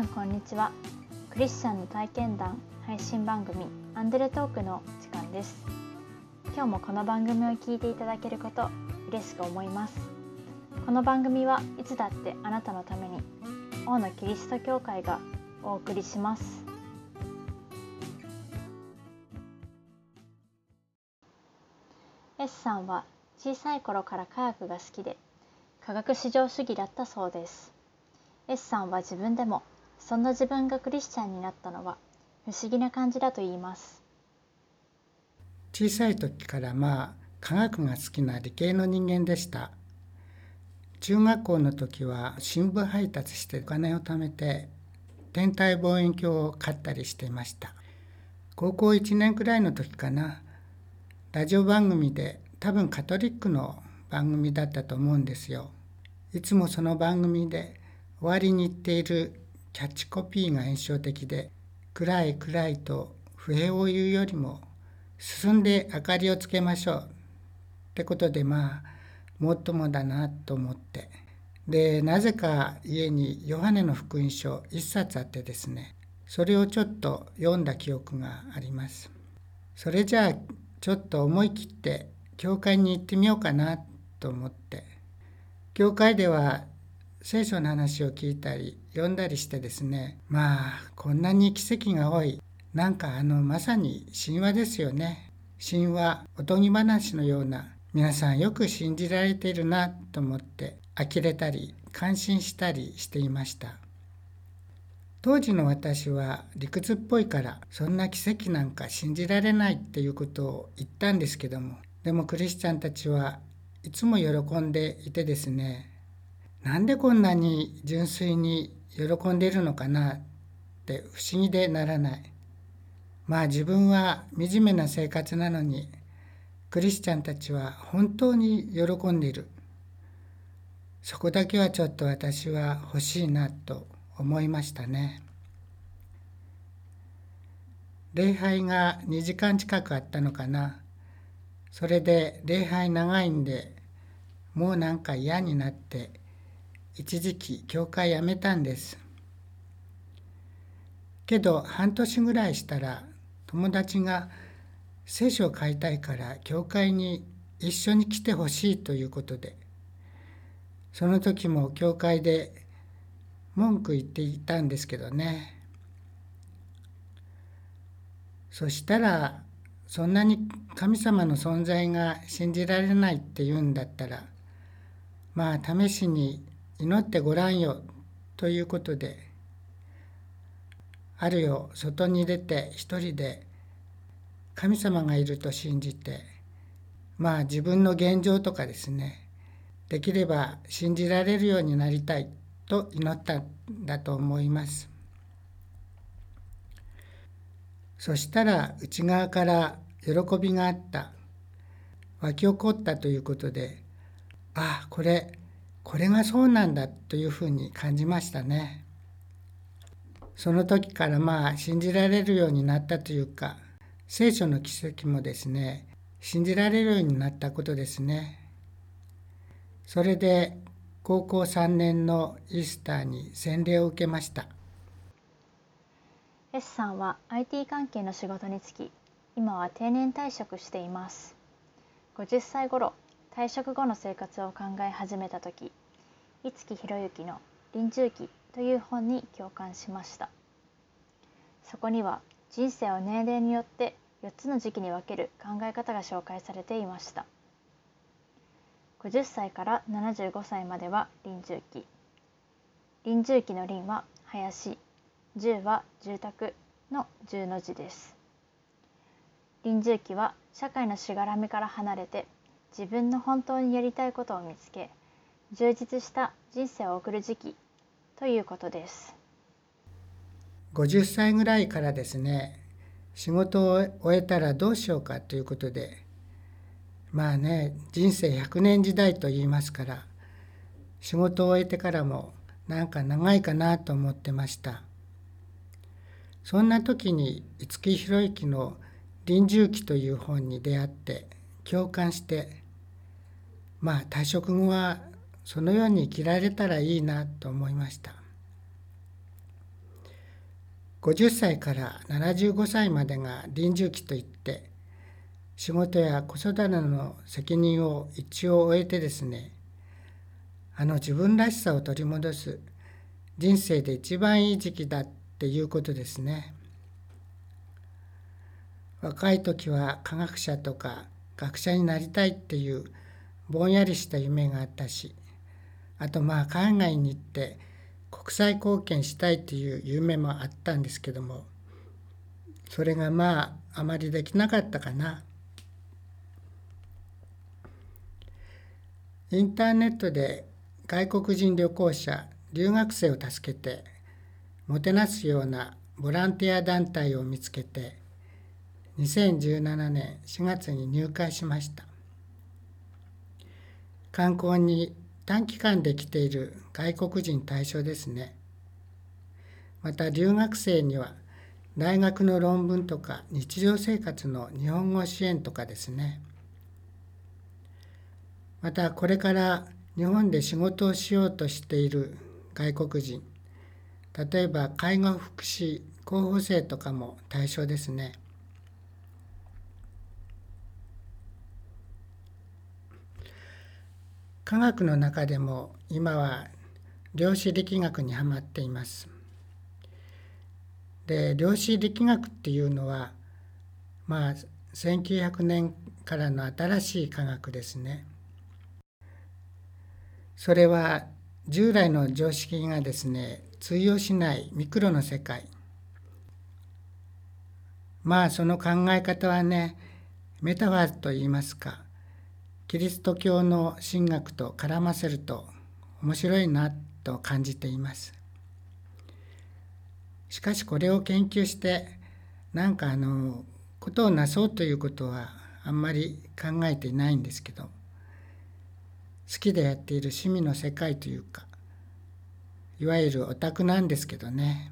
んこんにちは。クリスチャンの体験談配信番組アンデルトークの時間です。今日もこの番組を聞いていただけること嬉しく思います。この番組はいつだってあなたのために王のキリスト教会がお送りします。S さんは小さい頃から科学が好きで科学至上主義だったそうです。S さんは自分でもそんな自分がクリスチャンになったのは不思議な感じだと言います。 小さい時から科学が好きな理系の人間でした。中学校の時は新聞配達してお金を貯めて天体望遠鏡を買ったりしていました。高校1年くらいの時かな、ラジオ番組で多分カトリックの番組だったと思うんですよ。いつもその番組で終わりに言っているキャッチコピーが印象的で、暗い暗いと不平を言うよりも進んで明かりをつけましょうってことでもっともだなと思って、でなぜか家にヨハネの福音書1冊あってですね、それをちょっと読んだ記憶があります。それじゃあちょっと思い切って教会に行ってみようかなと思って、教会では聖書の話を聞いたり読んだりしてですね、こんなに奇跡が多い、まさに神話ですよね。神話、おとぎ話のような、皆さんよく信じられているなと思って呆れたり感心したりしていました。当時の私は理屈っぽいからそんな奇跡なんか信じられないっていうことを言ったんですけども、でもクリスチャンたちはいつも喜んでいてですね、なんでこんなに純粋に喜んでいるのかなって不思議でならない。自分は惨めな生活なのにクリスチャンたちは本当に喜んでいる。そこだけはちょっと私は欲しいなと思いましたね。礼拝が2時間近くあったのかな。それで礼拝長いんでもう嫌になって一時期教会辞めたんです。けど半年ぐらいしたら友達が聖書を買いたいから教会に一緒に来てほしいということで、その時も教会で文句言っていたんですけどね。そしたらそんなに神様の存在が信じられないって言うんだったら試しに祈ってごらんよということで、あるよ外に出て一人で神様がいると信じて、自分の現状とかですね、できれば信じられるようになりたいと祈ったんだと思います。そしたら内側から喜びがあった、湧き起こったということで、これがそうなんだというふうに感じましたね。その時から信じられるようになったというか、聖書の奇跡もですね、信じられるようになったことですね。それで高校3年のイースターに洗礼を受けました。 S さんは IT 関係の仕事に就き、今は定年退職しています。50歳頃、退職後の生活を考え始めた時、五木ひろゆきの臨終記という本に共感しました。そこには人生を年齢によって4つの時期に分ける考え方が紹介されていました。50歳から75歳までは臨終期。臨終期の臨は林、住は住宅の住の字です。臨終期は社会のしがらみから離れて自分の本当にやりたいことを見つけ、充実した人生を送る時期ということです。 50歳ぐらいからですね、仕事を終えたらどうしようかということで、人生100年時代と言いますから、仕事を終えてからも長いかなと思ってました。そんな時に五木ひろゆきの臨終記という本に出会って共感して、退職後はそのように生きられたらいいなと思いました。 50歳から75歳までが臨終期といって、仕事や子育ての責任を一応終えてですね、自分らしさを取り戻す人生で一番いい時期だっていうことですね。若い時は科学者とか学者になりたいっていうぼんやりした夢があったし、あと海外に行って国際貢献したいっていう夢もあったんですけども、それがあまりできなかったかな。インターネットで外国人旅行者、留学生を助けてもてなすようなボランティア団体を見つけて、2017年4月に入会しました。観光に短期間で来ている外国人対象ですね。また留学生には大学の論文とか日常生活の日本語支援とかですね。またこれから日本で仕事をしようとしている外国人、例えば介護福祉候補生とかも対象ですね。科学の中でも今は量子力学にはまっています。で、量子力学っていうのは1900年からの新しい科学ですね。それは従来の常識がですね、通用しないミクロの世界。その考え方はね、メタファーといいますか、キリスト教の神学と絡ませると面白いなと感じています。しかしこれを研究してことをなそうということはあんまり考えていないんですけど、好きでやっている趣味の世界というか、いわゆるオタクなんですけどね。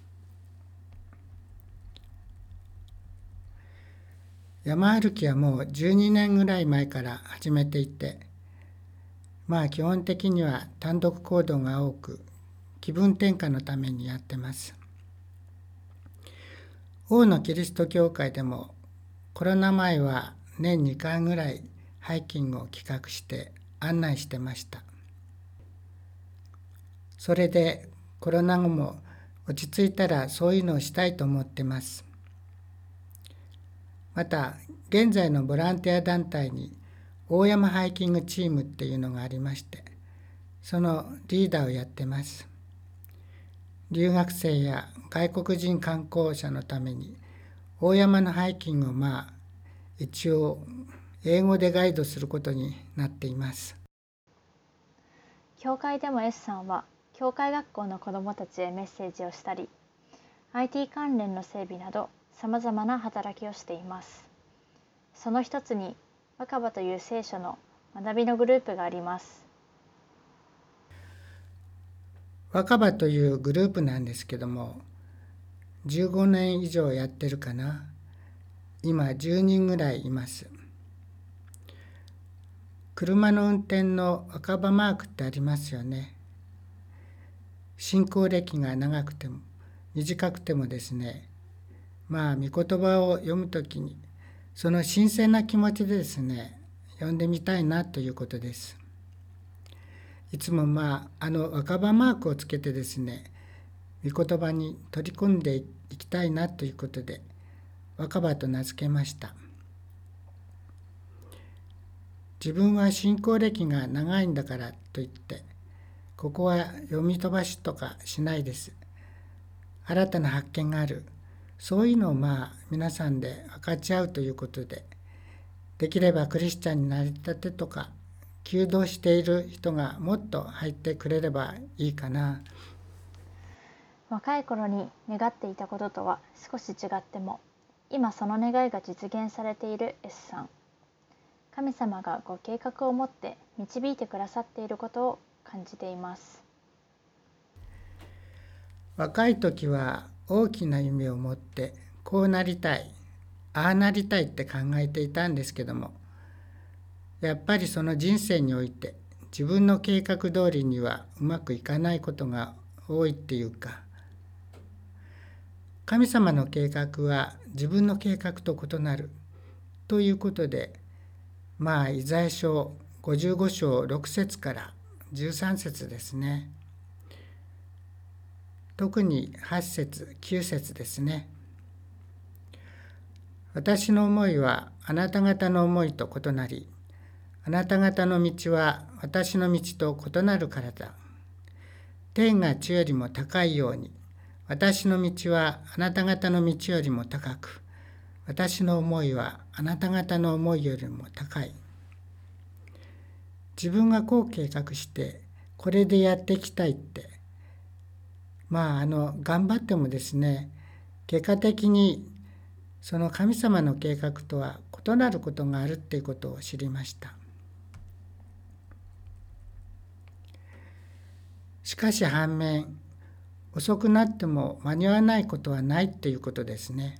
山歩きはもう12年ぐらい前から始めていて、基本的には単独行動が多く、気分転換のためにやってます。大野キリスト教会でもコロナ前は年2回ぐらいハイキングを企画して案内してました。それでコロナ後も落ち着いたらそういうのをしたいと思ってます。また現在のボランティア団体に大山ハイキングチームっていうのがありまして、そのリーダーをやってます。留学生や外国人観光者のために大山のハイキングを一応英語でガイドすることになっています。 教会でも S さんは教会学校の子どもたちへメッセージをしたり、 IT 関連の整備などさまざまな働きをしています。その一つに若葉という聖書の学びのグループがあります。 若葉というグループなんですけども、15年以上やってるかな。今10人ぐらいいます。車の運転の若葉マークってありますよね。信仰歴が長くても短くてもですね、御言葉を読むときにその新鮮な気持ちでですね、読んでみたいなということです。いつも若葉マークをつけてですね、御言葉に取り組んでいきたいなということで若葉と名付けました。自分は信仰歴が長いんだからといってここは読み飛ばしとかしないです。新たな発見がある、そういうのを皆さんで分かち合うということで、できればクリスチャンになりたてとか求道している人がもっと入ってくれればいいかな。 若い頃に願っていたこととは少し違っても、今その願いが実現されている S さん。神様がご計画を持って導いてくださっていることを感じています。 若い時は大きな夢を持ってこうなりたい、ああなりたいって考えていたんですけども、やっぱりその人生において自分の計画通りにはうまくいかないことが多いっていうか、 神様の計画は自分の計画と異なるということで、イザヤ書55章6節から13節ですね。特に8節9節ですね。私の思いはあなた方の思いと異なり、あなた方の道は私の道と異なるからだ。天が地よりも高いように、私の道はあなた方の道よりも高く、私の思いはあなた方の思いよりも高い。自分がこう計画してこれでやっていきたいって頑張ってもですね、結果的にその神様の計画とは異なることがあるっていうことを知りました。しかし反面、遅くなっても間に合わないことはないっていうことですね。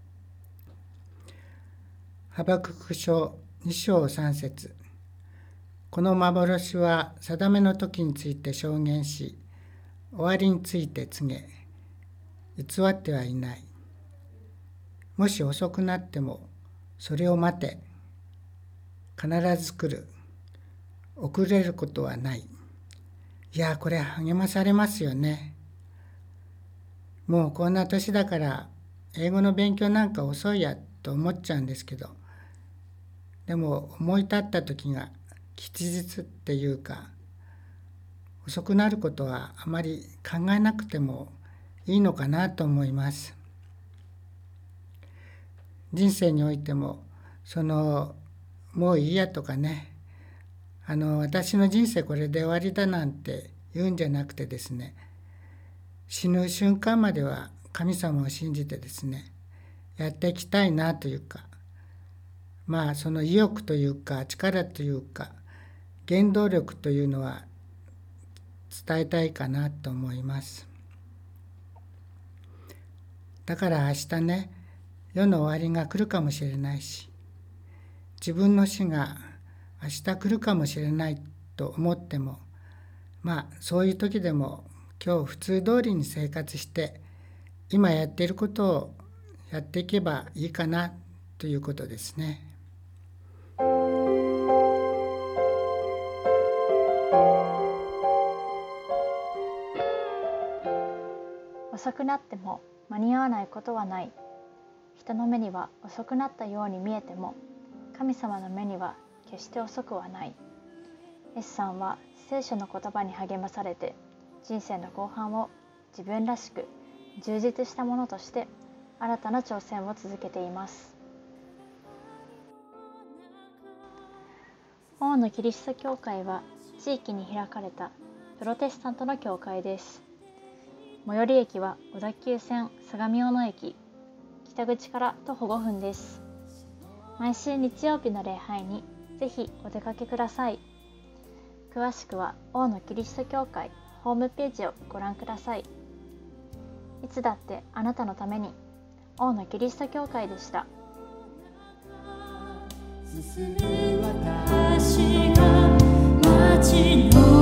ハバクク書2章3節、この幻は定めの時について証言し、終わりについて告げ、偽ってはいない。もし遅くなってもそれを待て。必ず来る。遅れることはない。いや、これ励まされますよね。もうこんな年だから英語の勉強なんか遅いやと思っちゃうんですけど、でも思い立った時が吉日っていうか、遅くなることはあまり考えなくてもいいのかなと思います。人生においてももういいやとかね、私の人生これで終わりだなんて言うんじゃなくてですね、死ぬ瞬間までは神様を信じてですね、やっていきたいなというか、その意欲というか力というか原動力というのは伝えたいかなと思います。だから明日ね、世の終わりが来るかもしれないし、自分の死が明日来るかもしれないと思っても、そういう時でも今日普通通りに生活して今やっていることをやっていけばいいかなということですね。 遅くなっても間に合わないことはない。人の目には遅くなったように見えても、神様の目には決して遅くはない。Sさんは聖書の言葉に励まされて、人生の後半を自分らしく充実したものとして新たな挑戦を続けています。王のキリスト教会は地域に開かれたプロテスタントの教会です。最寄り駅は小田急線相模大野駅、北口から徒歩5分です。毎週日曜日の礼拝にぜひお出かけください。詳しくは王のキリスト教会ホームページをご覧ください。いつだってあなたのために、王のキリスト教会でした。 進む私が街の